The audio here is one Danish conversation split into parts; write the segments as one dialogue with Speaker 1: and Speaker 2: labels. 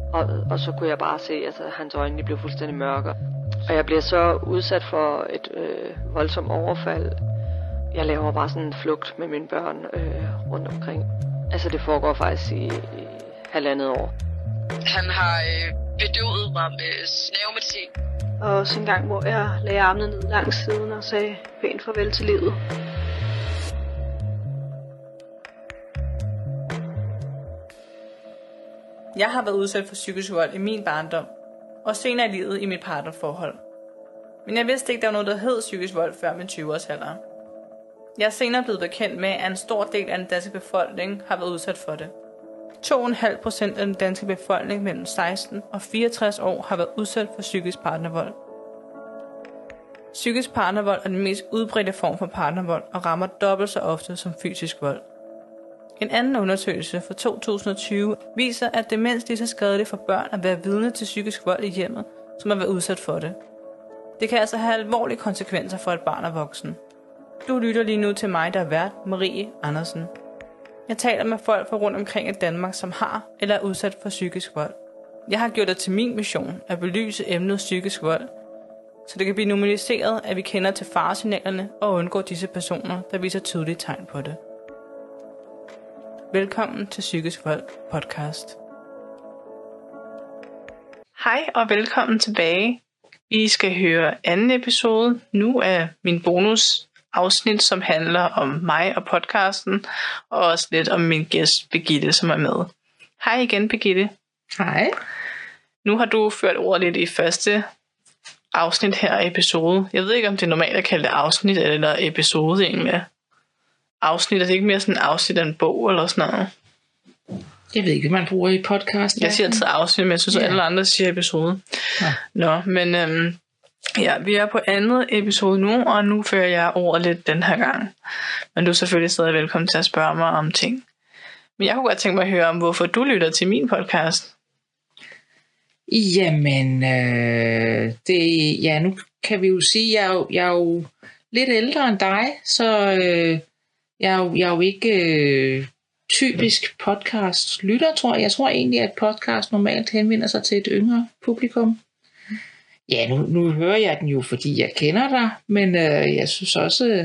Speaker 1: Og så kunne jeg bare se, at hans øjne blev fuldstændig mørke. Og jeg bliver så udsat for et voldsomt overfald. Jeg laver bare sådan en flugt med mine børn rundt omkring. Altså det foregår faktisk i 1,5 år.
Speaker 2: Han har bedøvet mig med snævemedicin.
Speaker 3: Og også en gang, hvor jeg lagde armene ned langs siden og sagde pænt farvel til livet.
Speaker 4: Jeg har været udsat for psykisk vold i min barndom, og senere i livet i mit partnerforhold. Men jeg vidste ikke, der var noget, der hed psykisk vold før min 20-års alder. Jeg er senere blevet bekendt med, at en stor del af den danske befolkning har været udsat for det. 2,5% af den danske befolkning mellem 16 og 64 år har været udsat for psykisk partnervold. Psykisk partnervold er den mest udbredte form for partnervold og rammer dobbelt så ofte som fysisk vold. En anden undersøgelse fra 2020 viser, at det er mindst lige så skadeligt for børn at være vidne til psykisk vold i hjemmet, som at være udsat for det. Det kan altså have alvorlige konsekvenser for et barn og voksen. Du lytter lige nu til mig, der er vært, Marie Andersen. Jeg taler med folk fra rundt omkring i Danmark, som har eller er udsat for psykisk vold. Jeg har gjort det til min mission at belyse emnet psykisk vold, så det kan blive normaliseret, at vi kender til faresignalerne og undgår disse personer, der viser tydelige tegn på det. Velkommen til Psykisk Vold podcast. Hej og velkommen tilbage. Vi skal høre anden episode nu af min bonusafsnit, som handler om mig og podcasten, og også lidt om min gæst Birgitte, som er med. Hej igen, Birgitte.
Speaker 5: Hej.
Speaker 4: Nu har du ført ordet lidt i første afsnit her i episode. Jeg ved ikke, om det er normalt at kalde det afsnit eller episode egentlig. Afsnit, er det ikke mere sådan en afsnit af en bog eller sådan noget?
Speaker 5: Jeg ved ikke, hvad man bruger i podcast.
Speaker 4: Jeg siger altid afsnit, men jeg synes, at alle andre siger episode. Ja. Nå, men ja, vi er på andet episode nu, og nu fører jeg ordet lidt den her gang. Men du er selvfølgelig stadig velkommen til at spørge mig om ting. Men jeg kunne godt tænke mig at høre om, hvorfor du lytter til min podcast.
Speaker 5: Jamen, nu kan vi jo sige, jeg er jo lidt ældre end dig, så jeg er jo ikke typisk podcast-lytter, tror jeg. Jeg tror egentlig, at podcast normalt henvender sig til et yngre publikum. Ja, nu hører jeg den jo, fordi jeg kender dig, men jeg synes også,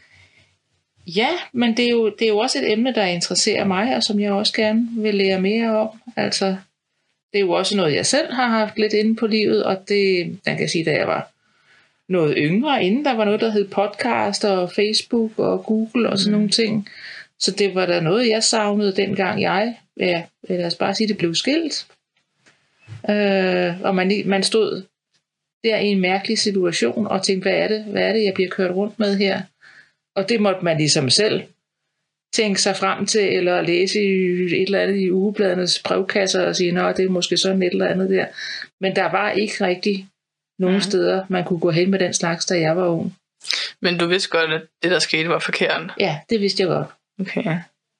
Speaker 5: men det er jo også et emne, der interesserer mig, og som jeg også gerne vil lære mere om. Altså, det er jo også noget, jeg selv har haft lidt inde på livet, og det, man kan sige, da jeg var noget yngre, inden der var noget, der hed podcast og Facebook og Google og sådan nogle ting. Så det var da noget, jeg savnede dengang lad os bare sige, det blev skilt. Og man stod der i en mærkelig situation og tænkte, hvad er det, jeg bliver kørt rundt med her? Og det måtte man ligesom selv tænke sig frem til, eller læse i et eller andet i ugebladernes brevkasser og sige, nå, det er måske sådan et eller andet der. Men der var ikke rigtig nogen steder, man kunne gå hen med den slags, da jeg var ung.
Speaker 4: Men du vidste godt, at det, der skete, var forkert?
Speaker 5: Ja, det vidste jeg godt.
Speaker 4: Okay.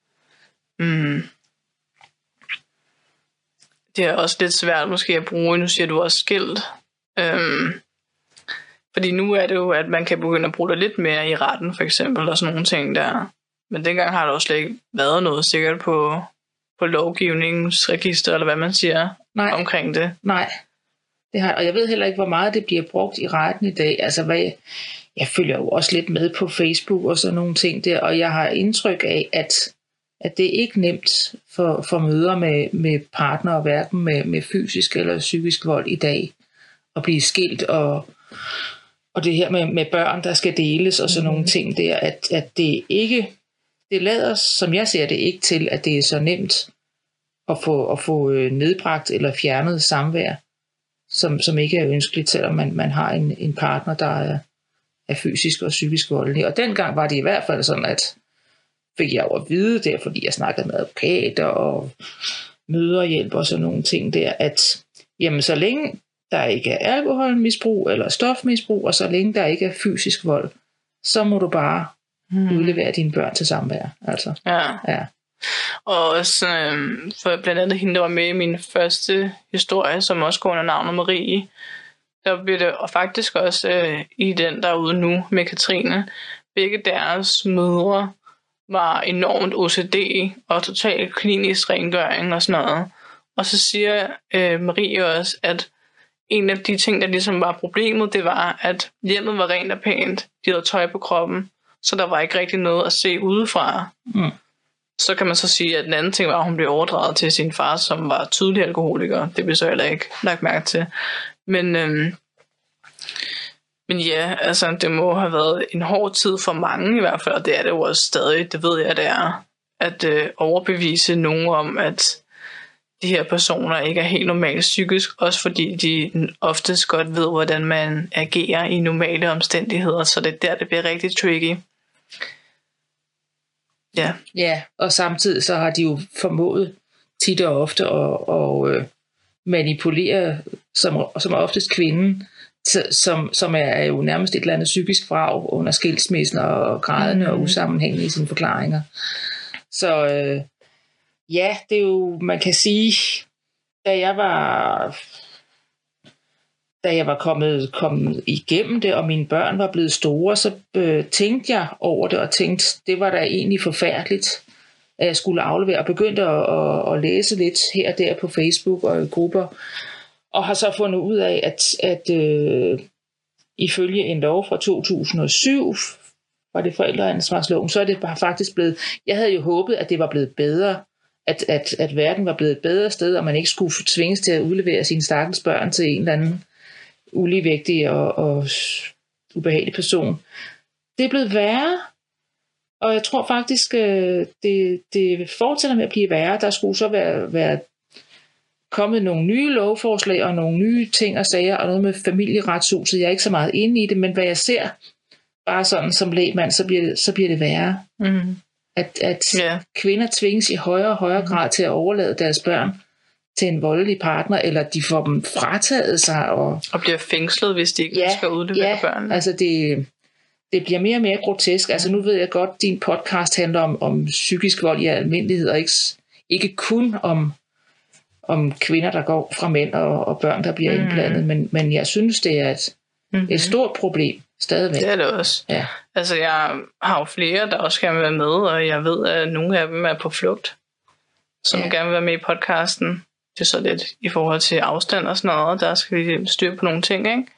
Speaker 4: Det er også lidt svært måske at bruge, nu siger du også skilt. Fordi nu er det jo, at man kan begynde at bruge det lidt mere i retten, for eksempel, og sådan nogle ting der. Men dengang har der også slet ikke været noget sikkert på lovgivningsregister, eller hvad man siger, omkring det.
Speaker 5: Nej, det har, og jeg ved heller ikke, hvor meget det bliver brugt i retten i dag. Altså, jeg følger jo også lidt med på Facebook og sådan nogle ting der, og jeg har indtryk af, at det er ikke nemt for mødre med partnere, hverken med fysisk eller psykisk vold i dag, at blive skilt, og det her med børn, der skal deles og sådan nogle ting der, at det ikke, det lader, som jeg ser det, ikke til, at det er så nemt at få nedbragt eller fjernet samvær, som ikke er ønskeligt, selvom man har en partner, der er fysisk og psykisk voldelig. Og dengang var det i hvert fald sådan, at fik jeg jo at vide der, fordi jeg snakkede med advokater og møderhjælp og sådan nogle ting der, at jamen, så længe der ikke er alkoholmisbrug eller stofmisbrug, og så længe der ikke er fysisk vold, så må du bare udlevere dine børn til samvær. Altså. Ja.
Speaker 4: Og også for blandt andet hende, der var med i min første historie, som også går under navnet Marie, der blev det, og faktisk også i den der er ude nu med Katrine, begge deres mødre var enormt OCD og total klinisk rengøring og sådan noget. Og så siger Marie også, at en af de ting, der ligesom var problemet, det var, at hjemmet var rent og pænt. De havde tøj på kroppen, så der var ikke rigtig noget at se udefra. Mm. Så kan man så sige, at den anden ting var, at hun blev overdraget til sin far, som var tydelig alkoholiker. Det blev så heller ikke lagt mærke til. Men ja, altså det må have været en hård tid for mange i hvert fald, og det er det jo også stadig, det ved jeg, det er, at overbevise nogen om, at de her personer ikke er helt normalt psykisk, også fordi de oftest godt ved, hvordan man agerer i normale omstændigheder, så det er der, det bliver rigtig tricky. Ja.
Speaker 5: Ja, og samtidig så har de jo formået tit og ofte at manipulere, som oftest kvinden, som er jo nærmest et eller andet psykisk vrag under skilsmissen og grædende og usammenhængende i sine forklaringer. Så ja, det er jo, man kan sige, da jeg var kommet igennem det, og mine børn var blevet store, så tænkte jeg over det, og tænkte, det var da egentlig forfærdeligt, at jeg skulle aflevere, og begyndte at læse lidt her og der på Facebook og i grupper, og har så fundet ud af, at ifølge en lov fra 2007, var det forældreansvarsloven, så er det faktisk blevet, jeg havde jo håbet, at det var blevet bedre, at verden var blevet et bedre sted, og man ikke skulle tvinges til at udlevere sine stakkels børn til en eller anden uligevægtig og ubehagelig person. Det er blevet værre, og jeg tror faktisk, det fortsætter med at blive værre. Der skulle så være kommet nogle nye lovforslag og nogle nye ting og sager, og noget med familieretshuset. Jeg er ikke så meget inde i det, men hvad jeg ser, bare sådan som lægmand, så bliver det værre. Mm. At kvinder tvinges i højere og højere grad til at overlade deres børn til en voldelig partner, eller de får dem frataget sig. Og
Speaker 4: bliver fængslet, hvis de ikke skal udlevere børnene.
Speaker 5: Altså det bliver mere og mere grotesk. Altså nu ved jeg godt, at din podcast handler om psykisk vold i almindelighed, og ikke kun om kvinder, der går fra mænd og børn, der bliver indblandet. Men jeg synes, det er et stort problem stadigvæk. Det
Speaker 4: er det også. Ja. Altså jeg har jo flere, der også gerne vil være med, og jeg ved, at nogle af dem er på flugt, som gerne vil være med i podcasten. Det er så lidt i forhold til afstand og sådan noget, der skal vi styre på nogle ting, ikke?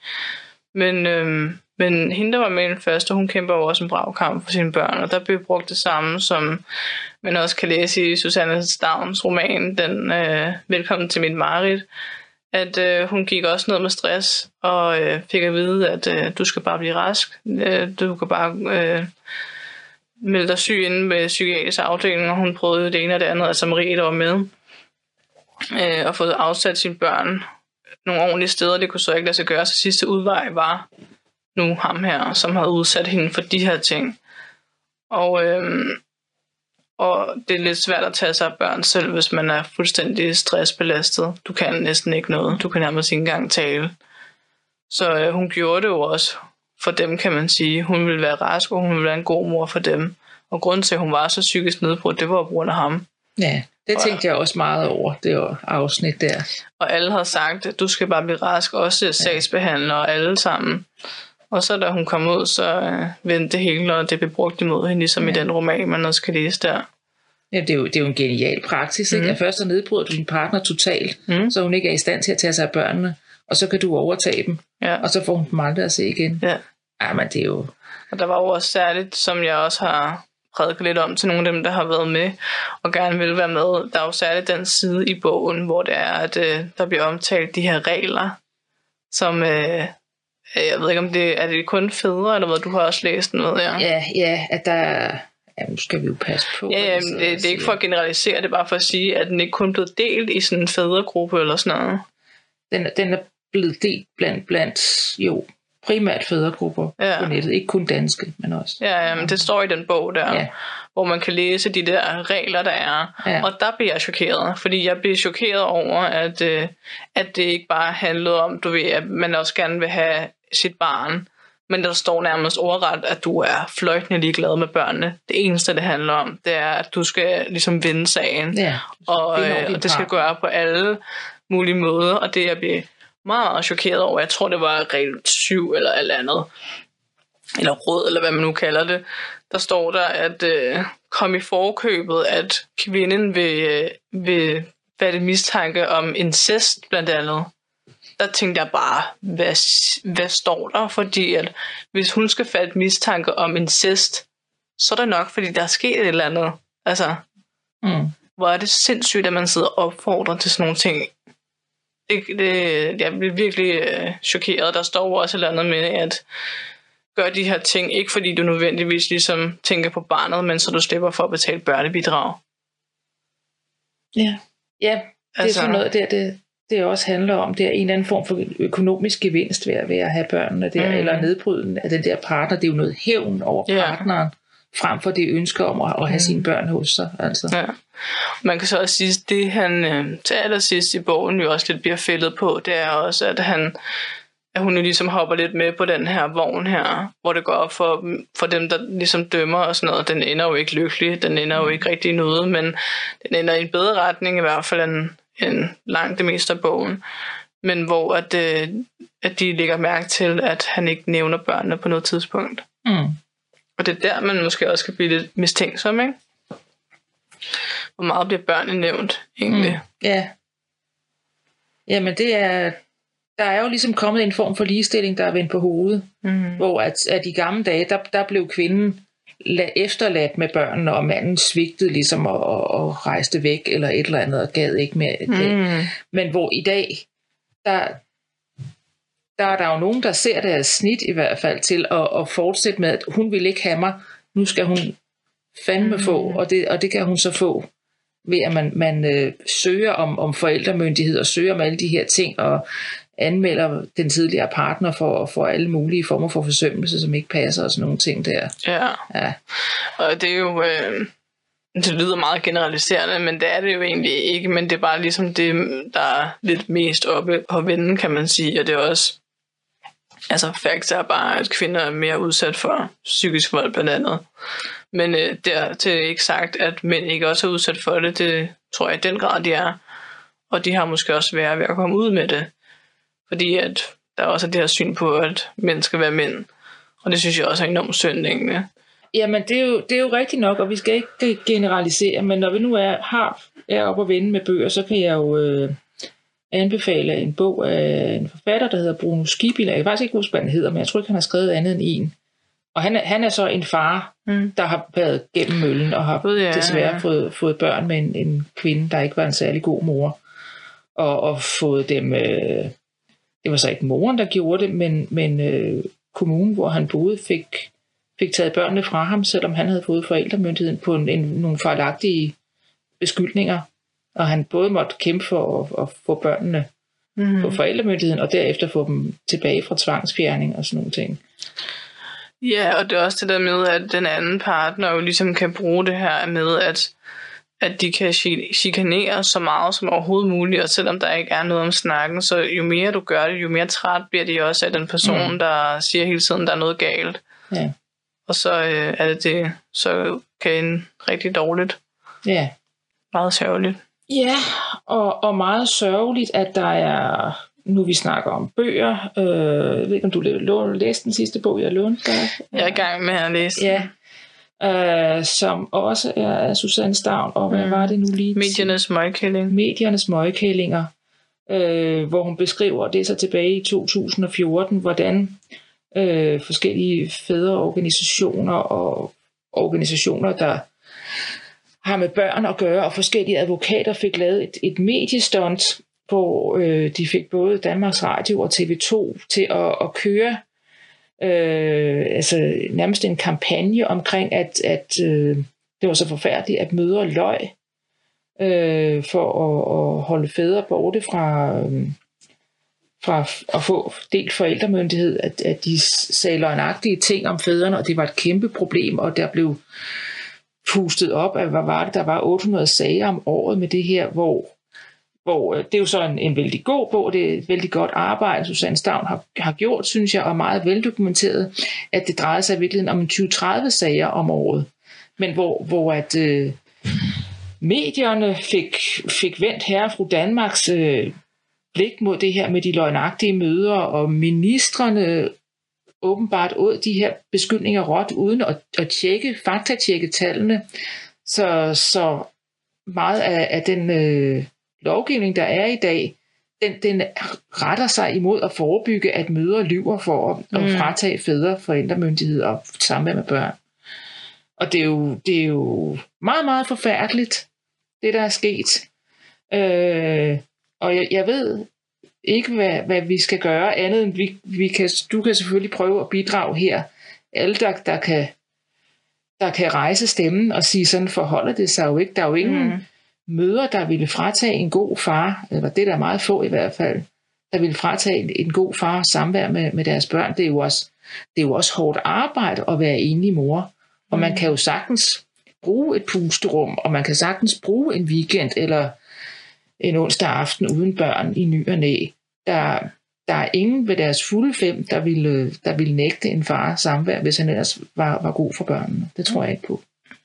Speaker 4: Men hende, der var med i den første, hun kæmper jo også en brav kamp for sine børn, og der blev brugt det samme, som man også kan læse i Susanne Stavns roman, den Velkommen til mit mareridt, at hun gik også ned med stress, og fik at vide, at du skal bare blive rask. Du kan bare melde dig syg inde med psykiatrisk afdeling, og hun prøvede det ene og det andet, altså Marie, der var med, og fået afsat sine børn nogle ordentlige steder. Det kunne så ikke lade sig gøre, så sidste udvej var nu ham her, som havde udsat hende for de her ting. Og det er lidt svært at tage sig af børn selv, hvis man er fuldstændig stressbelastet. Du kan næsten ikke noget. Du kan nærmest ikke engang tale. Så hun gjorde det jo også for dem, kan man sige. Hun ville være rask, og hun ville være en god mor for dem. Og grunden til, at hun var så psykisk nedbrudt, det var på grund af ham.
Speaker 5: Ja, det tænkte jeg også meget over, det var afsnit der.
Speaker 4: Og alle havde sagt, at du skal bare blive rask, også sagsbehandler og alle sammen. Og så da hun kom ud, så vendte det hele, og det blev brugt imod hende, ligesom i den roman, man også kan læse der.
Speaker 5: Ja, det er jo en genial praksis, ikke? At først så nedbryder du din partner totalt, så hun ikke er i stand til at tage sig af børnene, og så kan du overtage dem, og så får hun dem aldrig at se igen. Ja, men det er jo...
Speaker 4: Og der var jo også særligt, som jeg også har prædiket lidt om til nogle af dem, der har været med, og gerne vil være med, der er jo særligt den side i bogen, hvor det er, at der bliver omtalt de her regler, som... jeg ved ikke, om det er det kun fædre, eller hvad, du har også læst den, ved jeg.
Speaker 5: Ja, at der... Ja, nu skal vi jo passe på.
Speaker 4: Ja, det er ikke for at generalisere, det er bare for at sige, at den ikke kun er blevet delt i sådan en fædregruppe eller sådan noget.
Speaker 5: Den er blevet delt blandt jo, primært fædregrupper på nettet. Ikke kun danske, men også.
Speaker 4: Ja, men det står i den bog der, hvor man kan læse de der regler, der er. Ja. Og der bliver jeg chokeret, fordi jeg bliver chokeret over, at det ikke bare handlede om, du ved, at man også gerne vil have sit barn, men der står nærmest ordret, at du er fløjtende ligeglad med børnene. Det eneste, det handler om, det er, at du skal ligesom vinde sagen. Ja, og det skal gøre på alle mulige måder. Og det, jeg bliver meget, meget chokeret over, jeg tror, det var regel 7 eller alt andet. Eller råd, eller hvad man nu kalder det. Der står der, at kom i forkøbet, at kvinden vil fattet mistanke om incest blandt andet, der tænkte jeg bare, hvad står der? Fordi at hvis hun skal fatte mistanke om incest, så er det nok, fordi der er sket et eller andet. Altså, hvor er det sindssygt, at man sidder og opfordrer til sådan nogle ting. Jeg blev virkelig chokeret. Der står også et eller andet med, at gør de her ting, ikke fordi du nødvendigvis ligesom tænker på barnet, men så du slipper for at betale børnebidrag.
Speaker 5: Ja, det er sådan noget der, det også handler om, det er en eller anden form for økonomisk gevinst ved at have børnene der, eller nedbryden af den der partner. Det er jo noget hævn over partneren, frem for det ønsker om at have sine børn hos sig. Altså. Ja.
Speaker 4: Man kan så også sige, at det han til allersidst i bogen jo også lidt bliver fældet på, det er også, at hun jo ligesom hopper lidt med på den her vogn her, hvor det går op for dem, der ligesom dømmer og sådan noget. Den ender jo ikke lykkelig, den ender jo ikke rigtig noget, men den ender i en bedre retning i hvert fald end langt det meste af bogen. Men hvor at de lægger mærke til, at han ikke nævner børnene på noget tidspunkt. Og det er der, man måske også kan blive lidt mistænksom, ikke? Hvor meget bliver børnene nævnt, egentlig?
Speaker 5: Ja. Jamen, der er jo ligesom kommet en form for ligestilling, der er vendt på hovedet. Hvor at i gamle dage, der blev kvinden efterladt med børnene, og manden svigtede ligesom og rejste væk, eller et eller andet, og gad ikke mere. Men hvor i dag, der er der jo nogen, der ser deres snit i hvert fald til at fortsætte med, at hun vil ikke have mig, nu skal hun fandme få, og det kan hun så få ved at man søger om forældremyndighed og søger om alle de her ting og anmelder den tidligere partner for alle mulige former for forsømmelse, som ikke passer og sådan nogle ting der.
Speaker 4: Ja. Og det er jo det lyder meget generaliserende, men det er det jo egentlig ikke, men det er bare ligesom det, der er lidt mest oppe på vinden, kan man sige, og det er også facts er bare, at kvinder er mere udsat for psykisk vold blandt andet. Men dertil ikke sagt, at mænd ikke også er udsat for det. Det tror jeg i den grad, de er. Og de har måske også været ved at komme ud med det. Fordi at der også er det her syn på, at mænd skal være mænd. Og det synes jeg også er enormt synd, egentlig.
Speaker 5: Jamen, det er jo rigtigt nok, og vi skal ikke generalisere. Men når vi nu er oppe og vende med bøger, så kan jeg jo anbefale en bog af en forfatter, der hedder Bruno Skibiller. Jeg kan faktisk ikke huske, hvad han hedder, men jeg tror ikke, han har skrevet andet end en. Og han er så en far, der har været gennem møllen og har desværre fået børn med en kvinde, der ikke var en særlig god mor. Og fået dem... det var så ikke moren, der gjorde det, men kommunen, hvor han boede, fik taget børnene fra ham, selvom han havde fået forældremyndigheden på nogle fejlagtige beskyldninger. Og han både måtte kæmpe for at få børnene på forældremyndigheden, og derefter få dem tilbage fra tvangsfjerning og sådan nogle ting.
Speaker 4: Ja, og det er også det der med, at den anden partner jo ligesom kan bruge det her med, at de kan chikanere så meget som overhovedet muligt, og selvom der ikke er noget om snakken, så jo mere du gør det, jo mere træt bliver de også af den person, der siger hele tiden, der er noget galt. Ja. Og så er det, så kan en rigtig dårligt. Ja. Meget sørgeligt.
Speaker 5: Ja, og meget sørgeligt, at der er, nu vi snakker om bøger, jeg ved ikke, om du læste den sidste bog, jeg lånte dig?
Speaker 4: Jeg er i gang med at læse.
Speaker 5: Ja. Som også er af Susanne Staun, og hvad var det nu lige? Mediernes møgkællinger, hvor hun beskriver, det er så tilbage i 2014, hvordan forskellige fædreorganisationer og organisationer, der har med børn at gøre, og forskellige advokater fik lavet et mediestunt, hvor de fik både Danmarks Radio og TV2 til at køre nærmest en kampagne omkring, at det var så forfærdeligt, at mødre løg for at holde fædre borte fra at få delt forældremyndighed, at de sagde løgnagtige ting om fædrene, og det var et kæmpe problem, og der blev pustet op, at hvad var det, der var 800 sager om året med det her, hvor det er jo så en vældig god bog, det er et vældig godt arbejde, Susanne Staun har gjort, synes jeg, og meget veldokumenteret, at det drejer sig i virkeligheden om 20-30 sager om året, men hvor at medierne fik vendt herre og fru Danmarks blik mod det her med de løgnagtige møder, og ministrene åbenbart åd de her beskyldninger råt, uden at faktatjekke tallene, så meget af den lovgivning, der er i dag, den retter sig imod at forebygge, at mødre lyver for at fratage fædre forældremyndighed og samvær med børn. Og det er jo meget, meget forfærdeligt, det der er sket. Og jeg ved ikke, hvad vi skal gøre, andet end du kan selvfølgelig prøve at bidrage her. Alle, der kan rejse stemmen og sige, sådan forholder det sig jo ikke. Der er jo ingen mødre, der ville fratage en god far, eller det der er meget få i hvert fald, der ville fratage en god far samvær med deres børn. Det er jo også hårdt arbejde at være enlig mor. Og man kan jo sagtens bruge et pusterum, og man kan sagtens bruge en weekend eller en onsdag aften uden børn i ny og næ. Der er ingen ved deres fulde 5, der ville nægte en far samvær, hvis han ellers var god for børnene. Det tror jeg ikke på.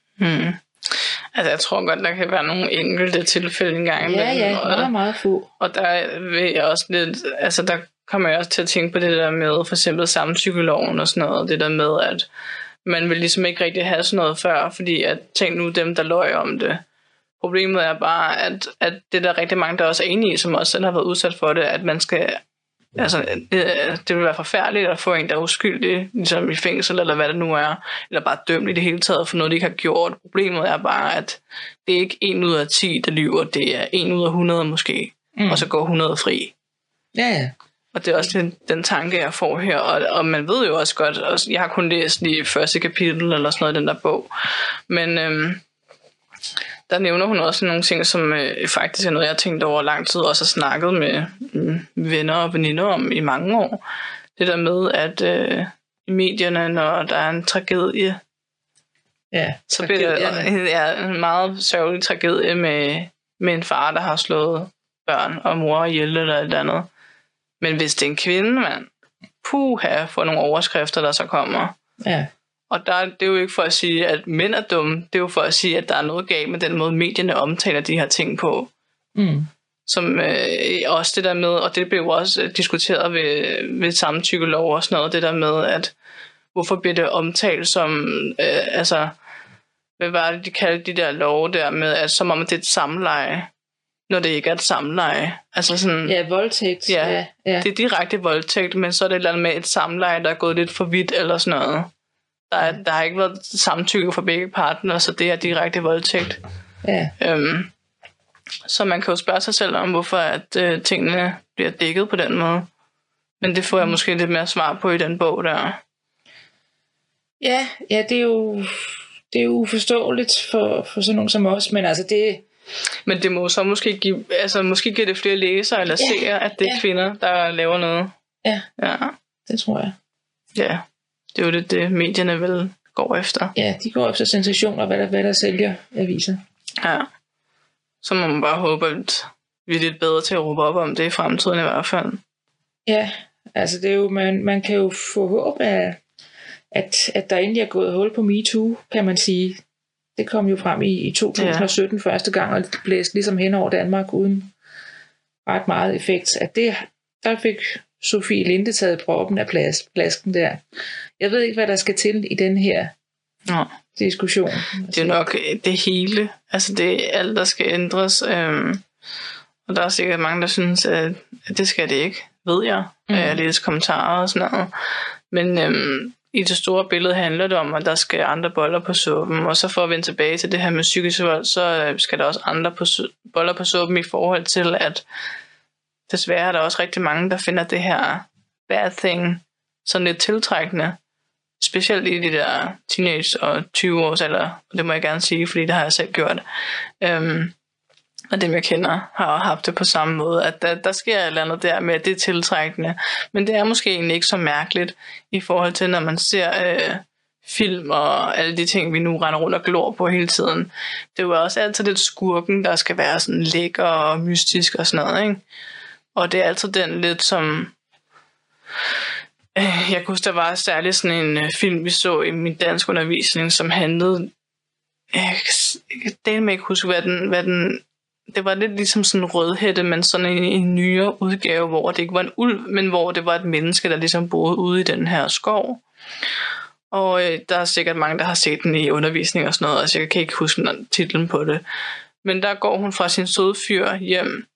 Speaker 6: Altså jeg tror godt, der kan være nogle enkelte tilfælde engang.
Speaker 5: Ja, meget få.
Speaker 6: Og der vil jeg også lidt, altså der kommer jeg også til at tænke på det der med, for eksempel samtykkeloven og sådan noget, det der med, at man vil ligesom ikke rigtig have sådan noget før, fordi at tænk nu dem, der løj om det. Problemet er bare, at det der er rigtig mange, der også er enige i, som også selv har været udsat for det, at man skal, altså det vil være forfærdeligt at få en, der er uskyldig, ligesom i fængsel, eller hvad det nu er, eller bare dømt i det hele taget for noget, de ikke har gjort. Problemet er bare, at det er ikke 1 ud af 10, der lyver, det er 1 ud af 100 måske, og så går 100 fri.
Speaker 5: Ja.
Speaker 6: Og det er også den tanke, jeg får her. Og man ved jo også godt, og jeg har kun læst lige første kapitel eller sådan noget i den der bog, men der nævner hun også nogle ting, som faktisk er noget, jeg har tænkt over lang tid, og også har snakket med venner og veninder om i mange år. Det der med, at i medierne, når der er en tragedie, så bliver det en meget sørgelig tragedie med en far, der har slået børn og mor ihjel eller et eller andet. Men hvis det er en kvinde, mand, for nogle overskrifter, der så kommer. Ja. Og det er jo ikke for at sige, at mænd er dumme. Det er jo for at sige, at der er noget galt med den måde, medierne omtaler de her ting på. Som også det der med, og det blev jo også diskuteret ved samtykkelov og sådan noget, det der med, at hvorfor bliver det omtalt som, altså, hvad var det, de kaldte de der love der med, at som om det er et samleje, når det ikke er et samleje. Altså sådan,
Speaker 5: ja, voldtægt.
Speaker 6: Ja, det er direkte voldtægt, men så er det et eller andet med et samleje, der er gået lidt for vidt eller sådan noget. Der har ikke været samtykke for begge partnere, så det er direkte voldtægt. Ja. Så man kan jo spørge sig selv om, hvorfor at tingene bliver dækket på den måde. Men det får jeg måske lidt mere svar på i den bog der.
Speaker 5: Ja, det er jo uforståeligt for sådan nogen som os, men altså det...
Speaker 6: Men det må så måske give, altså måske giver det flere læsere eller seere, at det er kvinder, der laver noget.
Speaker 5: Ja, det tror jeg.
Speaker 6: Ja, det er jo det medierne vel går efter.
Speaker 5: Ja, de går efter sensationer, hvad der sælger aviser.
Speaker 6: Ja, så må man bare håbe, at vi er lidt bedre til at råbe op om det i fremtiden i hvert fald. Ja,
Speaker 5: altså det er jo, man kan jo få håb af, at der endelig er gået hul på MeToo, kan man sige. Det kom jo frem i 2017 første gang, og det blæste ligesom hen over Danmark uden ret meget effekt. At der fik Sofie Linde taget proppen af plasken der. Jeg ved ikke, hvad der skal til i den her diskussion.
Speaker 6: Det er nok det hele. Altså det er alt, der skal ændres. Og der er sikkert mange, der synes, at det skal det ikke, ved jeg. Jeg læser kommentarer og sådan noget. Men i det store billede handler det om, at der skal andre boller på suppen. Og så for at vende tilbage til det her med psykisk vold, så skal der også andre boller på suppen i forhold til, at desværre er der også rigtig mange, der finder det her bad thing sådan lidt tiltrækkende. Specielt i de der teenage- og 20-års alder. Og det må jeg gerne sige, fordi det har jeg selv gjort. Og dem jeg kender har haft det på samme måde, at der sker et eller andet der med, at det er tiltrækkende. Men det er måske egentlig ikke så mærkeligt i forhold til, når man ser film og alle de ting, vi nu render rundt og glor på hele tiden. Det er jo også altid lidt skurken, der skal være sådan lækker og mystisk og sådan noget, ikke? Og det er altid den lidt som... Jeg kan huske, der var særligt sådan en film, vi så i min dansk undervisning, som handlede... Jeg kan ikke huske, hvad den det var lidt ligesom sådan en rødhætte, men sådan en nyere udgave, hvor det ikke var en ulv, men hvor det var et menneske, der ligesom boede ude i den her skov. Og der er sikkert mange, der har set den i undervisning og sådan noget, altså jeg kan ikke huske titlen på det. Men der går hun fra sin søde fyr hjem,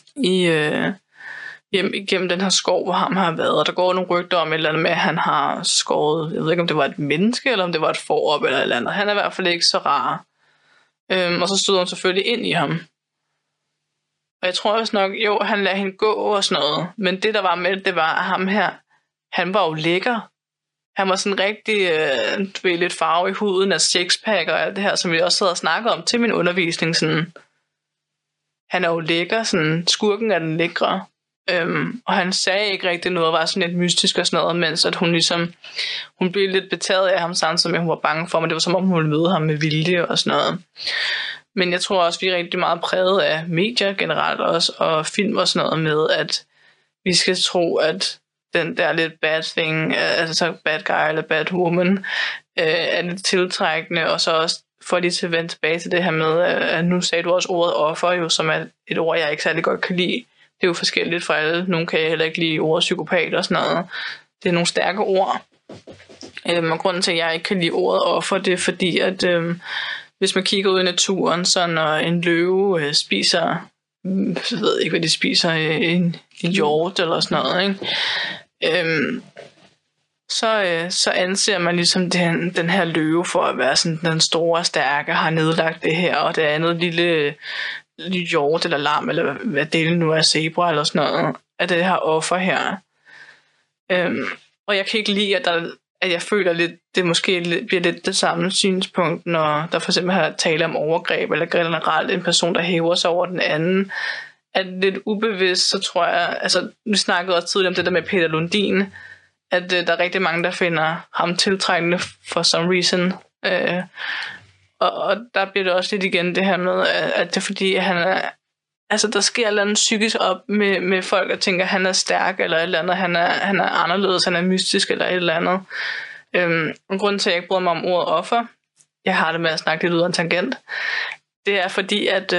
Speaker 6: igennem den her skov, hvor ham har været. Og der går nogle rygter om et eller andet med, at han har skåret, jeg ved ikke, om det var et menneske, eller om det var et får op eller et eller andet. Han er i hvert fald ikke så rar. Og så stod hun selvfølgelig ind i ham. Og jeg tror også nok, jo, han lader hende gå og sådan noget. Men det, der var med det, var, at ham her, han var jo lækker. Han var sådan rigtig, lidt farve i huden af sixpack og alt det her, som vi også havde snakket om til min undervisning. Sådan. Han er jo lækker, sådan, skurken er den lækre. Og han sagde ikke rigtig noget, og var sådan lidt mystisk og sådan noget, mens at hun blev lidt betaget af ham, samtidig med, at hun var bange for, men det var som om, hun ville møde ham med vilje og sådan noget. Men jeg tror også, vi er rigtig meget præget af medier generelt også, og film og sådan noget med, at vi skal tro, at den der lidt bad thing, altså bad guy eller bad woman, er lidt tiltrækkende, og så også for lige til at vende tilbage til det her med, at nu sagde du også ordet offer, jo, som er et ord, jeg ikke særlig godt kan lide. Det er jo forskelligt for alle. Nogle kan heller ikke lide ordet psykopat og sådan noget. Det er nogle stærke ord. Og grunden til, at jeg ikke kan lide ordet offer, det er fordi, at hvis man kigger ud i naturen, så når en løve spiser, jeg ved ikke, hvad de spiser, en hjort eller sådan noget, ikke? Så anser man ligesom den her løve for at være sådan den store, stærke, har nedlagt det her, og det andet lille hjort eller lam, eller hvad det nu er, zebra eller sådan noget, af det her offer her. Og jeg kan ikke lide, at jeg føler lidt, det måske bliver lidt det samme synspunkt, når der for eksempel har tale om overgreb, eller generelt en person, der hæver sig over den anden. At lidt ubevidst, så tror jeg, altså vi snakkede også tidligere om det der med Peter Lundin, at der er rigtig mange, der finder ham tiltrækkende for some reason. Og der bliver det også lidt igen det her med, at det er fordi, at han er, altså der sker et eller andet psykisk op med folk, og tænker, at han er stærk, eller et eller andet, han er anderledes, han er mystisk, eller et eller andet. Og grunden til, at jeg ikke bryder mig om ordet offer, jeg har det med at snakke lidt ud af en tangent, det er fordi, at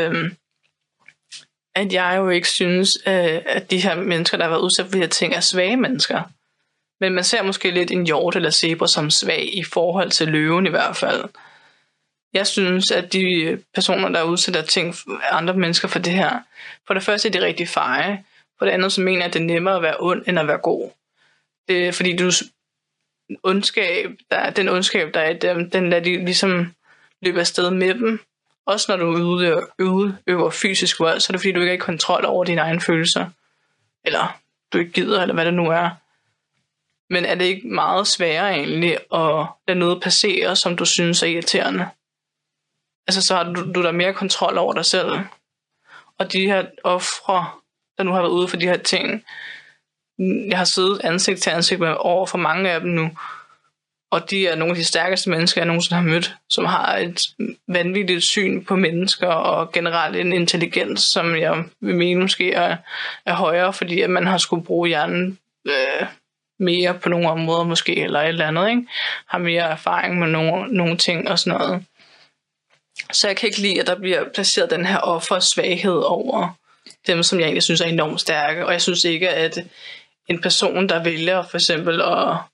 Speaker 6: jeg jo ikke synes, at de her mennesker, der har været udsat for de her ting, er svage mennesker. Men man ser måske lidt en hjort eller zebra som svag i forhold til løven i hvert fald. Jeg synes, at de personer, der udsætter ting andre mennesker for det her, for det første er de rigtig feje. For det andet, så mener jeg, at det er nemmere at være ond, end at være god. Det er fordi, den ondskab, der er i dem, den lader de ligesom løbe afsted med dem. Også når du udøver fysisk vold, så er det fordi, du ikke har kontrol over dine egne følelser. Eller du ikke gider, eller hvad det nu er. Men er det ikke meget sværere egentlig at lade noget passere, som du synes er irriterende? Altså så har du der mere kontrol over dig selv. Og de her ofre, der nu har været ude for de her ting, jeg har siddet ansigt til ansigt med over for mange af dem nu, og de er nogle af de stærkeste mennesker, jeg nogensinde har mødt, som har et vanvittigt syn på mennesker, og generelt en intelligens, som jeg vil mene måske er højere, fordi at man har skulle bruge hjernen mere på nogle områder måske, eller et eller andet, ikke? Har mere erfaring med nogle ting og sådan noget. Så jeg kan ikke lide, at der bliver placeret den her offersvaghed over dem, som jeg egentlig synes er enormt stærke. Og jeg synes ikke, at en person, der vælger for eksempel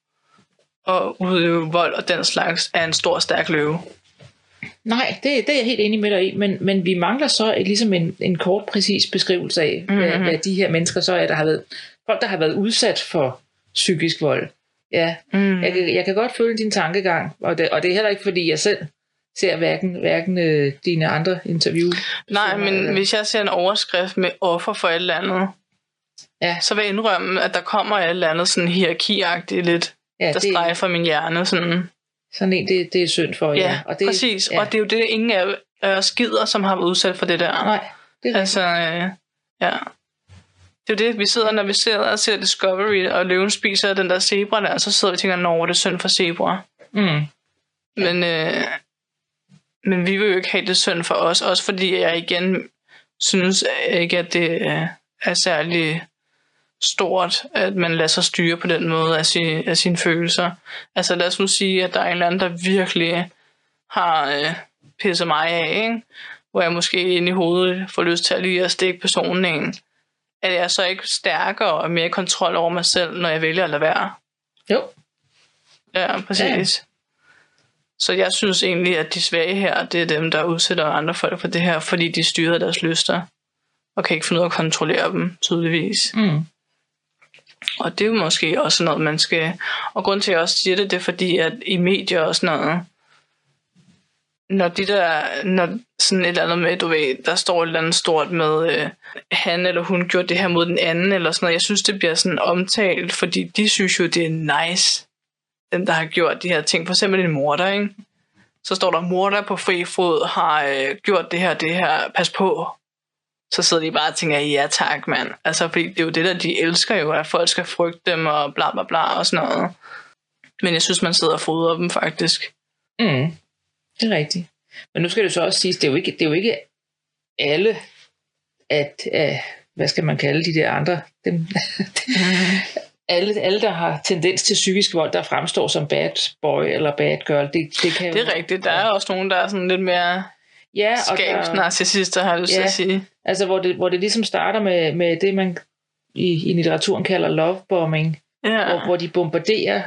Speaker 6: at udøve vold og den slags, er en stor, stærk løve.
Speaker 5: Nej, det er jeg helt enig med dig i, men vi mangler så ligesom en kort, præcis beskrivelse af, hvad de her mennesker så er, der har været folk, der har været udsat for psykisk vold. Ja, jeg kan godt følge din tankegang, og det er heller ikke, fordi jeg selv ser hverken dine andre interview. Nej,
Speaker 6: men hvis jeg ser en overskrift med offer for et eller andet, så vil jeg indrømme, at der kommer et eller andet sådan hierarkiagtigt lidt, der strejfer min hjerne. Sådan
Speaker 5: en, det er synd for jer.
Speaker 6: Ja, og det, præcis. Ja. Og det er jo det, ingen af os gider, som har været udsat for det der.
Speaker 5: Nej, det er
Speaker 6: altså, ja. Det er jo det, vi sidder, når vi sidder og ser Discovery, og løven spiser den der zebra der, så sidder vi og tænker, nå, det er synd for zebra. Men vi vil jo ikke have det synd for os, også fordi jeg igen synes ikke, at det er særlig stort, at man lader sig styre på den måde af sine følelser. Altså lad os nu sige, at der er en eller anden, der virkelig har pisset mig af, ikke? Hvor jeg måske inde i hovedet får lyst til at lige at stikke personen en. Er jeg så ikke stærkere og mere kontrol over mig selv, når jeg vælger at lade være?
Speaker 5: Jo.
Speaker 6: Ja, præcis. Ja. Så jeg synes egentlig, at de svage her, det er dem, der udsætter andre folk for det her, fordi de styrer deres lyster. og kan ikke finde ud af at kontrollere dem, tydeligvis. Og det er jo måske også noget, man skal... Og grund til, at jeg også siger det, det er fordi, at i medier og sådan noget, når sådan et eller andet med, du ved, der står et eller andet stort med, han eller hun gjorde det her mod den anden, eller sådan noget, jeg synes, det bliver sådan omtalt, fordi de synes jo, det er nice, dem, der har gjort de her ting. For eksempel en morder, ikke? Så står der, morder på fri fod har gjort det her, pas på. Så sidder de bare og tænker, ja tak, mand. Altså, fordi det er jo det, der de elsker jo, at folk skal frygte dem og bla bla bla og sådan noget. Men jeg synes, man sidder og fodrer dem faktisk.
Speaker 5: Det er rigtigt. Men nu skal det så også siges, det er jo ikke alle, at hvad skal man kalde de der andre, alle, der har tendens til psykisk vold, der fremstår som bad boy eller bad girl, det kan
Speaker 6: det er rigtigt. Der er også nogen, der er sådan lidt mere skabsnarcissister, har jeg lyst til at sige. Altså,
Speaker 5: hvor det ligesom starter med det, man i litteraturen kalder lovebombing, hvor de bombarderer,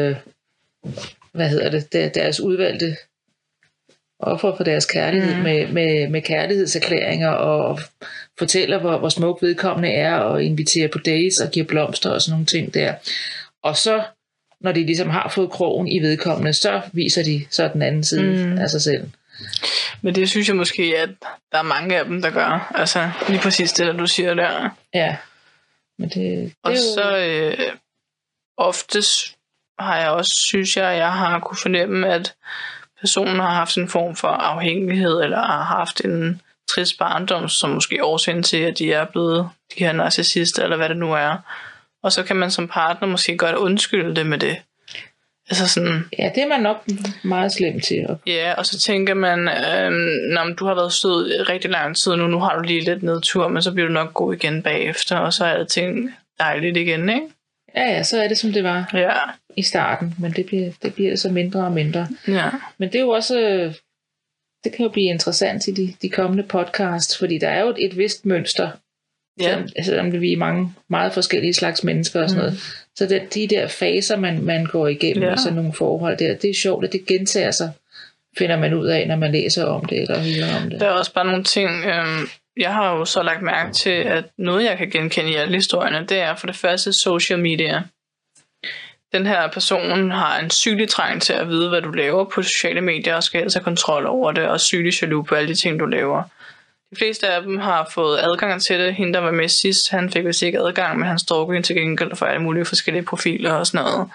Speaker 5: deres udvalgte offer for deres kærlighed med kærlighedserklæringer og fortæller, hvor smuk vedkommende er og inviterer på dates og giver blomster og sådan nogle ting der. Og så, når de ligesom har fået krogen i vedkommende, så viser de så den anden side af sig selv.
Speaker 6: Men det synes jeg måske, at der er mange af dem, der gør. Altså lige præcis det, der du siger der.
Speaker 5: Ja. Men det
Speaker 6: og
Speaker 5: jo...
Speaker 6: så oftest har jeg også, synes jeg har kunne fornemme, at personen har haft en form for afhængighed, eller har haft en trist barndom, som måske årsagen til, at de er blevet de her narcissister, eller hvad det nu er. Og så kan man som partner måske godt undskylde det med det. Altså sådan,
Speaker 5: ja, det er man nok meget slem til.
Speaker 6: Ja, og så tænker man, du har været sød rigtig lang tid nu har du lige lidt nedtur, men så bliver du nok god igen bagefter, og så er alting dejligt igen, ikke?
Speaker 5: Ja, så er det som det var i starten, men det bliver det så mindre og mindre. Ja. Men det er jo også, det kan jo blive interessant i de kommende podcasts, fordi der er jo et vist mønster, selvom vi er mange meget forskellige slags mennesker og sådan noget. Så de der faser, man går igennem og sådan nogle forhold der, det er sjovt, at det gentager sig, finder man ud af, når man læser om det eller hører om det.
Speaker 6: Der er også bare nogle ting, jeg har jo så lagt mærke til, at noget, jeg kan genkende i alle historierne, det er for det første social media. Den her person har en sygelig trang til at vide, hvad du laver på sociale medier, og skal helst have kontrol over det, og sygelig jaloux på alle de ting, du laver. De fleste af dem har fået adgang til det. Hende, der var med sidst, han fik vist ikke adgang, men han stalkede hende til gengæld for alle mulige forskellige profiler og sådan noget.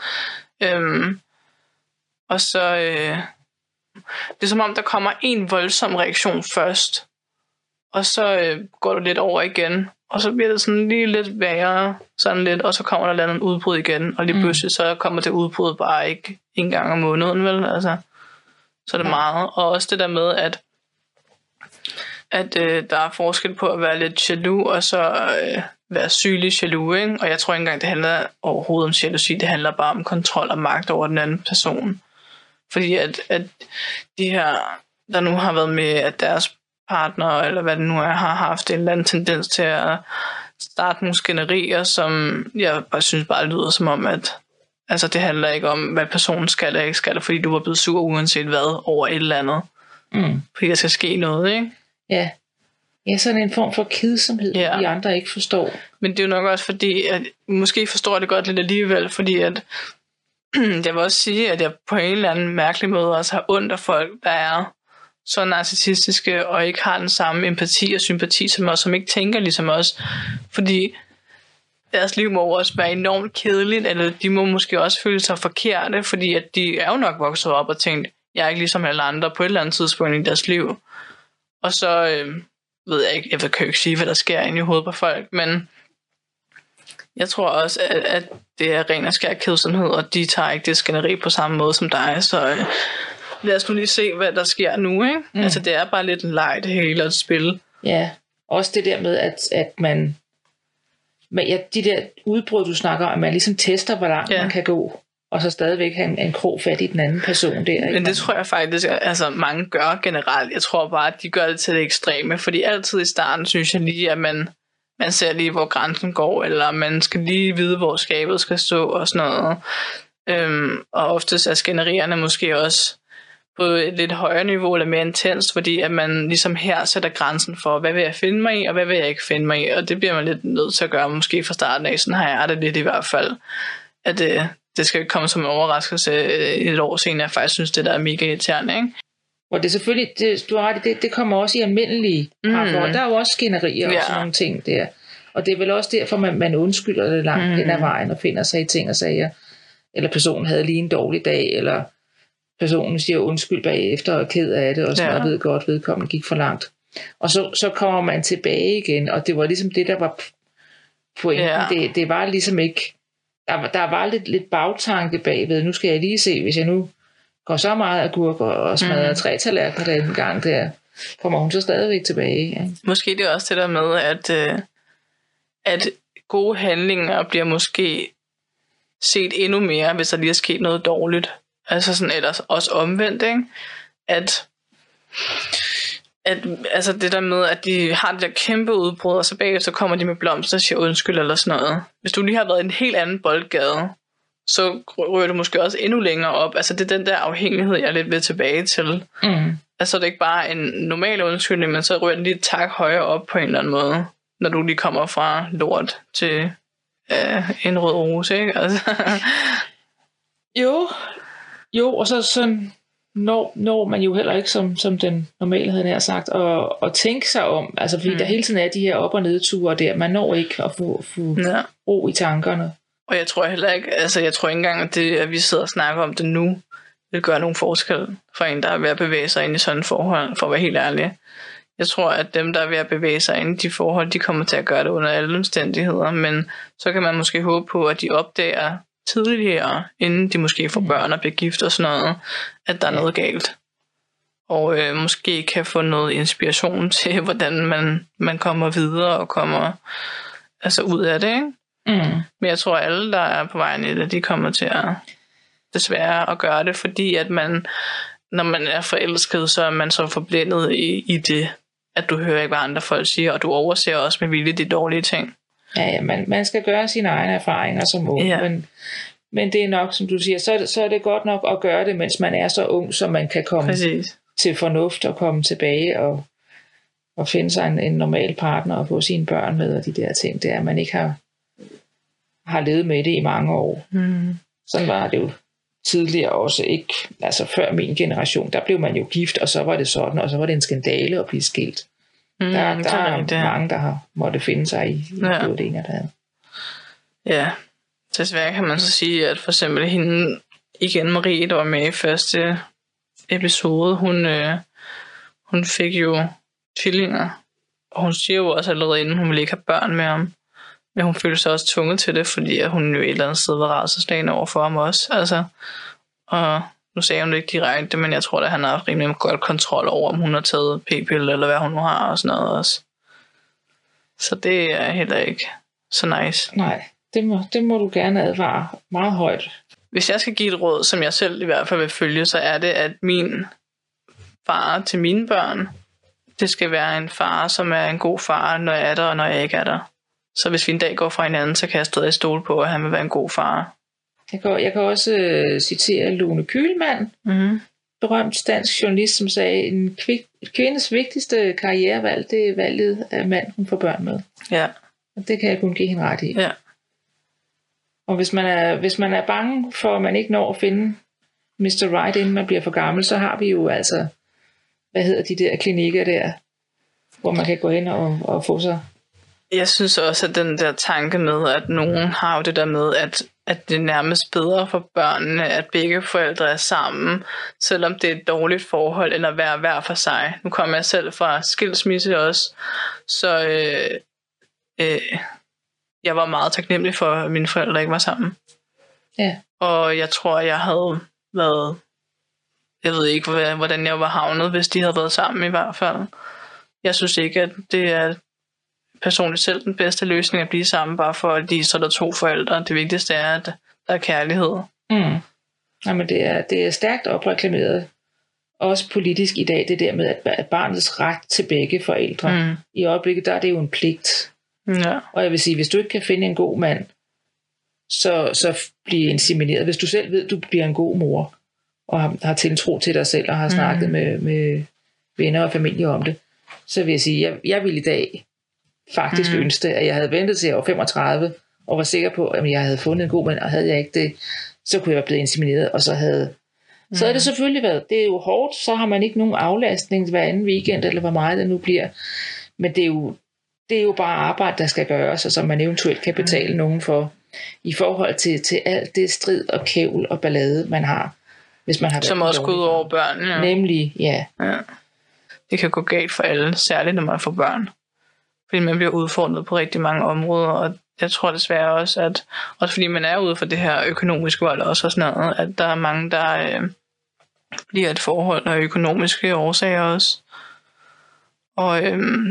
Speaker 6: Og så... det er som om, der kommer en voldsom reaktion først, og så går du lidt over igen, og så bliver det sådan lige lidt værre, sådan lidt, og så kommer der et udbrud igen, og lige pludselig så kommer det udbrud bare ikke en gang om måneden, vel? Altså, så er det meget. Og også det der med, at der er forskel på at være lidt jaloux, og så være sygelig jaloux, ikke? Og jeg tror ikke engang, det handler overhovedet om jalousi, det handler bare om kontrol og magt over den anden person. Fordi at de her, der nu har været med, at deres partner, eller hvad det nu er, har haft en eller anden tendens til at starte nogle skænderier, som jeg bare synes bare lyder som om, at altså, det handler ikke om, hvad personen skal eller ikke skal, fordi du var blevet sur uanset hvad over et eller andet. Fordi der skal ske noget, ikke?
Speaker 5: Ja. Ja, sådan en form for kedsomhed, de andre ikke forstår.
Speaker 6: Men det er jo nok også fordi, at måske forstår jeg det godt lidt alligevel, fordi at jeg vil også sige, at jeg på en eller anden mærkelig måde også har ondt af folk, der er så narcissistiske og ikke har den samme empati og sympati som os, som ikke tænker ligesom os. Fordi deres liv må også være enormt kedeligt, eller de må måske også føle sig forkerte, fordi at de er jo nok vokset op og tænkt, jeg er ikke ligesom alle andre på et eller andet tidspunkt i deres liv. Og så ved jeg ikke, jeg kan jo ikke sige, hvad der sker inde i hovedet på folk, men jeg tror også, at det er ren og skær kedsomhed, og de tager ikke det skænderi på samme måde som dig, så lad os nu lige se, hvad der sker nu, ikke? Altså, det er bare lidt en leg, det hele, at spille.
Speaker 5: Ja, også det der med, at man de der udbrud, du snakker om, at man ligesom tester, hvor langt man kan gå, og så stadigvæk have en krog fat i den anden person der. Ikke?
Speaker 6: Men det tror jeg faktisk, altså mange gør generelt. Jeg tror bare, at de gør det til det ekstreme, fordi altid i starten synes jeg lige, at man ser lige, hvor grænsen går, eller man skal lige vide, hvor skabet skal stå, og sådan noget. Og oftest er skænderierne måske også på et lidt højere niveau eller mere intens, fordi at man ligesom her sætter grænsen for, hvad vil jeg finde mig i, og hvad vil jeg ikke finde mig i, og det bliver man lidt nødt til at gøre, måske fra starten af, sådan har jeg det lidt i hvert fald, at det skal ikke komme som en overraskelse et år senere, jeg faktisk synes, det der er mega irriterende, ikke?
Speaker 5: Og det er selvfølgelig, du har ret, det kommer også i almindelige parforhold. Der er jo også skænderier og sådan nogle ting der. Og det er vel også derfor, man undskylder det langt hen ad vejen og finder sig i ting og sager. Eller personen havde lige en dårlig dag, eller personen siger undskyld bagefter og er ked af det, og sådan noget, ved godt, vedkommende gik for langt. Og så kommer man tilbage igen, og det var ligesom det, der var pointen. Ja. Det var ligesom ikke, der var lidt bagtanke bagved. Nu skal jeg lige se, hvis jeg nu går så meget agurker og smadrer 3 tallerkener den gang der, kommer hun så stadigvæk tilbage. Ja.
Speaker 6: Måske det er også det der med, at gode handlinger bliver måske set endnu mere, hvis der lige er sket noget dårligt. Altså sådan ellers også omvendt, ikke? At altså det der med, at de har det der kæmpe udbrud, og så bagefter kommer de med blomster og siger undskyld eller sådan noget. Hvis du lige har været i en helt anden boldgade, så rører du måske også endnu længere op. Altså det er den der afhængighed, jeg er lidt ved tilbage til. Altså det er ikke bare en normal undskyldning, men så rører den lige et tak højere op på en eller anden måde, når du lige kommer fra lort til en rød rose, ikke? Altså.
Speaker 5: Jo, og så sådan når man jo heller ikke som den normale havde nær sagt at tænke sig om, altså fordi der hele tiden er de her op- og nedture der, man når ikke at få ro i tankerne.
Speaker 6: Og jeg tror heller ikke, altså jeg tror ikke engang, at det, at vi sidder og snakker om det nu, vil gøre nogen forskel for en, der er ved at bevæge sig ind i sådan et forhold, for at være helt ærlig. Jeg tror, at dem, der er ved at bevæge sig ind i de forhold, de kommer til at gøre det under alle omstændigheder, men så kan man måske håbe på, at de opdager tidligere, inden de måske får børn og bliver gift og sådan noget, at der er noget galt. Og måske kan få noget inspiration til, hvordan man kommer videre og kommer altså ud af det, ikke? Men jeg tror, at alle, der er på vejen i det, de kommer til at desværre at gøre det, fordi at man, når man er forelsket, så er man så forblændet i det, at du hører ikke, hvad andre folk siger, og du overser også med vilje de dårlige ting.
Speaker 5: Ja, man skal gøre sine egne erfaringer som ung, men det er nok, som du siger, så er det godt nok at gøre det, mens man er så ung, så man kan komme til fornuft og komme tilbage og finde sig en normal partner og få sine børn med og de der ting, det er, at man ikke har levet med det i mange år. Sådan var det jo tidligere også ikke, altså før min generation, der blev man jo gift, og så var det sådan, og så var det en skandale at blive skilt. Der er mange, der har måtte finde sig i både det ene og det andet. Ja,
Speaker 6: desværre kan man så sige, at for eksempel hende, igen Marie, der var med i første episode, hun fik jo tvillinger, og hun siger jo også allerede inden, hun ville ikke have børn med ham. Men hun følte sig også tvunget til det, fordi at hun jo et eller andet sted var rædselsslagen over for ham også. Altså, og nu sagde hun det ikke direkte, men jeg tror, at han har rimelig godt kontrol over, om hun har taget p-pille, eller hvad hun nu har, og sådan noget også. Så det er heller ikke så nice.
Speaker 5: Nej, det må du gerne advare meget højt.
Speaker 6: Hvis jeg skal give et råd, som jeg selv i hvert fald vil følge, så er det, at min far til mine børn, det skal være en far, som er en god far, når jeg er der, og når jeg ikke er der. Så hvis vi en dag går fra hinanden, så kan jeg stadig stole på, at han vil være en god far. Jeg kan også citere Lone Kühlmann, berømt dansk journalist, som sagde, en kvindes vigtigste karrierevalg, det er valget af mand, hun får børn med. Ja.
Speaker 5: Og det kan jeg kun give hende ret i.
Speaker 6: Ja.
Speaker 5: Og hvis man er bange for, at man ikke når at finde Mr. Right, inden man bliver for gammel, så har vi jo altså, hvad hedder de der klinikker der, hvor man kan gå hen og få sig.
Speaker 6: Jeg synes også, at den der tanke med, at nogen har jo det der med, at det er nærmest bedre for børnene, at begge forældre er sammen, selvom det er et dårligt forhold, end at være hver for sig. Nu kommer jeg selv fra skilsmisse også, så jeg var meget taknemmelig for, at mine forældre ikke var sammen.
Speaker 5: Ja.
Speaker 6: Og jeg tror, jeg havde været, jeg ved ikke, hvordan jeg var havnet, hvis de havde været sammen i hvert fald. Jeg synes ikke, at det er personligt selv den bedste løsning at blive sammen, bare for at så er der 2 forældre. Det vigtigste er, at der er kærlighed.
Speaker 5: Jamen det er stærkt opreklameret, også politisk i dag, det der med, at barnets ret til begge forældre. I øjeblikket, der er det jo en pligt.
Speaker 6: Ja.
Speaker 5: Og jeg vil sige, hvis du ikke kan finde en god mand, så bliver insemineret. Hvis du selv ved, at du bliver en god mor, og har tiltro til dig selv, og har snakket med venner og familie om det, så vil jeg sige, at jeg vil i dag faktisk ønske, at jeg havde ventet til jeg var 35, og var sikker på, at jeg havde fundet en god mand, og havde jeg ikke det, så kunne jeg være blevet insemineret, og så havde det selvfølgelig været, det er jo hårdt, så har man ikke nogen aflastning hver anden weekend, eller hvor meget det nu bliver, men det er jo bare arbejde, der skal gøres, og som man eventuelt kan betale nogen for, i forhold til alt det strid og kævl og ballade, man har, hvis man har
Speaker 6: som også går ud over børnene. Ja.
Speaker 5: Nemlig, ja.
Speaker 6: Det kan gå galt for alle, særligt når man får børn. Fordi man bliver udfordret på rigtig mange områder, og jeg tror desværre også, at også fordi man er ude for det her økonomiske vold også og sådan noget, at der er mange, der bliver et forhold af økonomiske årsager også. Og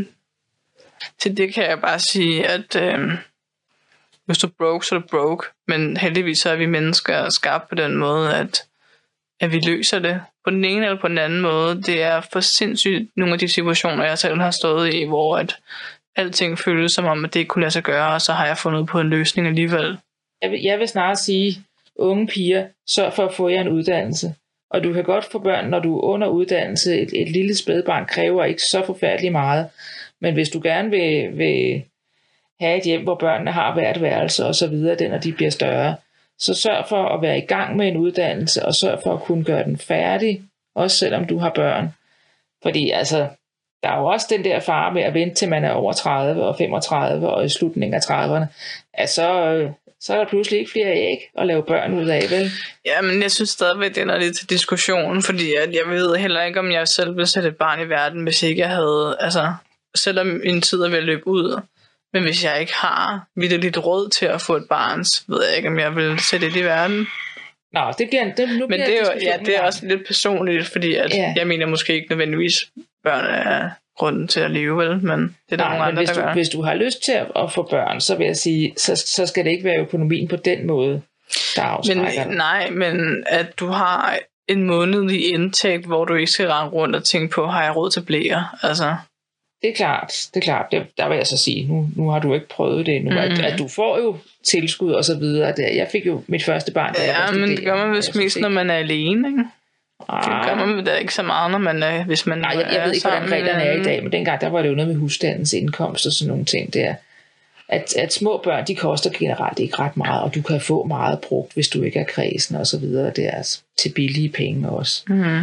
Speaker 6: til det kan jeg bare sige, at hvis du er broke, så er du broke. Men heldigvis så er vi mennesker skabt på den måde, at vi løser det på den ene eller på den anden måde. Det er for sindssygt nogle af de situationer, jeg selv har stået i, hvor at alting føles som om, at det ikke kunne lade sig gøre, og så har jeg fundet på en løsning alligevel.
Speaker 5: Jeg vil snarere sige, unge piger, sørg for at få jer en uddannelse. Og du kan godt få børn, når du er under uddannelse. Et lille spædbarn kræver ikke så forfærdeligt meget. Men hvis du gerne vil have et hjem, hvor børnene har hvert værelse og så videre, når de bliver større, så sørg for at være i gang med en uddannelse, og sørg for at kunne gøre den færdig, også selvom du har børn. Fordi altså, der er jo også den der fare med at vente til man er over 30 og 35 og i slutningen af 30'erne, at så er der pludselig ikke flere æg at lave børn ud af, vel?
Speaker 6: Ja, men jeg synes stadigvæk, det er lidt til diskussion, fordi at jeg ved heller ikke, om jeg selv ville sætte et barn i verden, hvis ikke jeg havde, altså, selvom min tid er ved at løbe ud, men hvis jeg ikke har vitterligt råd til at få et barn, så ved jeg ikke, om jeg vil sætte det i verden.
Speaker 5: Nå, det bliver men
Speaker 6: det er jo, det er også lidt personligt, fordi at jeg mener måske ikke nødvendigvis børn er grunden til at leve, vel? Men det er der nogle andre, der gør.
Speaker 5: Hvis du har lyst til at få børn, så vil jeg sige, så skal det ikke være økonomien på den måde, der afskrækker dig.
Speaker 6: Nej, men at du har en månedlig indtægt, hvor du ikke skal rende rundt og tænke på, har jeg råd til blære? Altså.
Speaker 5: Det er klart. Der vil jeg så sige, nu har du ikke prøvet det endnu, at du får jo tilskud og så videre. Jeg fik jo mit første barn, da jeg var studerende.
Speaker 6: Men det gør man vist mest, når man er alene, ikke? Det gør man da ikke så meget, når man er, hvis man
Speaker 5: jeg ved ikke, hvordan reglerne er i dag, men dengang, der var det jo noget med husstandens indkomst og sådan nogle ting der. At små børn, de koster generelt ikke ret meget, og du kan få meget brugt, hvis du ikke er kredsen og så videre. Det er altså til billige penge også.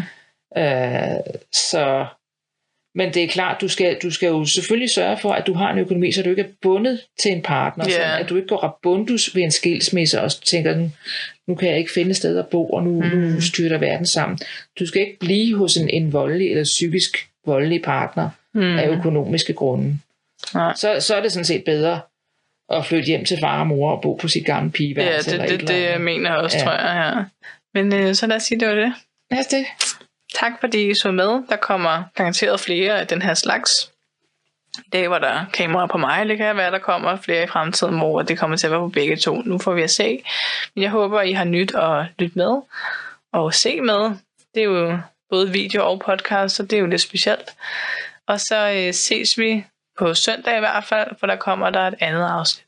Speaker 5: Men det er klart, du skal jo selvfølgelig sørge for, at du har en økonomi, så du ikke er bundet til en partner. Sådan, at du ikke går rabundus ved en skilsmisse og tænker, nu kan jeg ikke finde et sted at bo, og nu styrter verden sammen. Du skal ikke blive hos en voldelig eller psykisk voldelig partner af økonomiske grunde. Så er det sådan set bedre at flytte hjem til far og mor og bo på sit gamle pigeværelse.
Speaker 6: Ja, det jeg mener også, tror jeg. Ja. Men så lad os sige, det var det.
Speaker 5: Lad os det.
Speaker 6: Tak fordi I så med. Der kommer garanteret flere af den her slags. I dag var der kamera på mig, det kan være, der kommer flere i fremtiden, hvor det kommer til at være på begge to. Nu får vi at se. Men jeg håber, I har nyt at lytte med og se med. Det er jo både video og podcast, så det er jo lidt specielt. Og så ses vi på søndag i hvert fald, for der kommer der et andet afsnit.